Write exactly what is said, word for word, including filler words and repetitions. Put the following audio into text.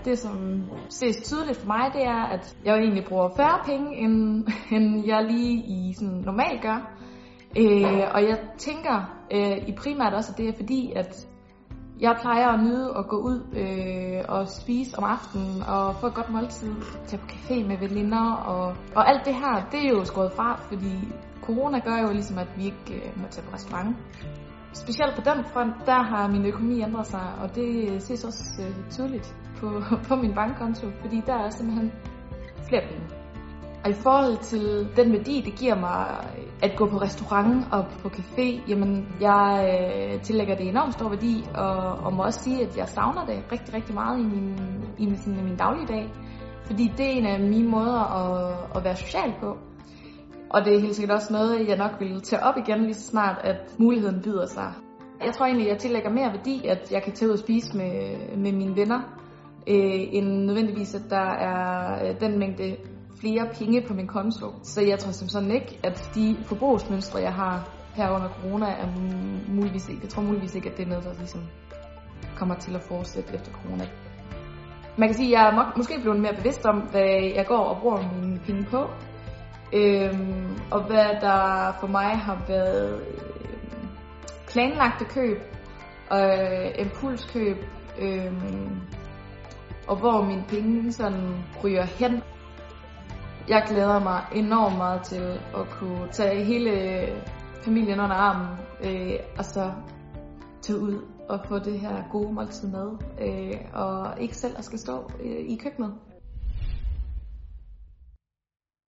det som ses tydeligt for mig, det er, at jeg egentlig bruger færre penge, end, end jeg lige i sådan normalt gør. Øh, og jeg tænker øh, i primært også, at det er fordi, at jeg plejer at nyde at gå ud øh, og spise om aftenen og få et godt måltid, tage på café med veninder og, og alt det her, det er jo skåret fra, fordi corona gør jo ligesom, at vi ikke øh, må tage på restaurant. Specielt på den front, der har min økonomi ændret sig, og det ses også øh, tydeligt på, på min bankkonto, fordi der er simpelthen flere penge. Og i forhold til den værdi, det giver mig at gå på restaurant og på café, jamen jeg øh, tillægger det enormt stor værdi, og, og må også sige, at jeg savner det rigtig, rigtig meget i min, i min, sådan, i min dagligdag. Fordi det er en af mine måder at, at være social på. Og det er helt sikkert også noget, jeg nok vil tage op igen lige så snart, at muligheden byder sig. Jeg tror egentlig, jeg tillægger mere værdi, at jeg kan tage ud og spise med, med mine venner, øh, end nødvendigvis, at der er den mængde flere penge på min konto. Så jeg tror simpelthen ikke, at de forbrugsmønstre, jeg har her under corona, er muligvis ikke. Jeg tror muligvis ikke, at det er noget, der ligesom kommer til at fortsætte efter corona. Man kan sige, at jeg er må- måske blevet mere bevidst om, hvad jeg går og bruger mine penge på. Øhm, og hvad der for mig har været øh, planlagte køb og øh, impulskøb, øh, og hvor mine penge sådan ryger hen. Jeg glæder mig enormt meget til at kunne tage hele familien under armen, øh, og så tage ud og få det her gode måltid mad, øh, og ikke selv at skal stå øh, i køkkenet.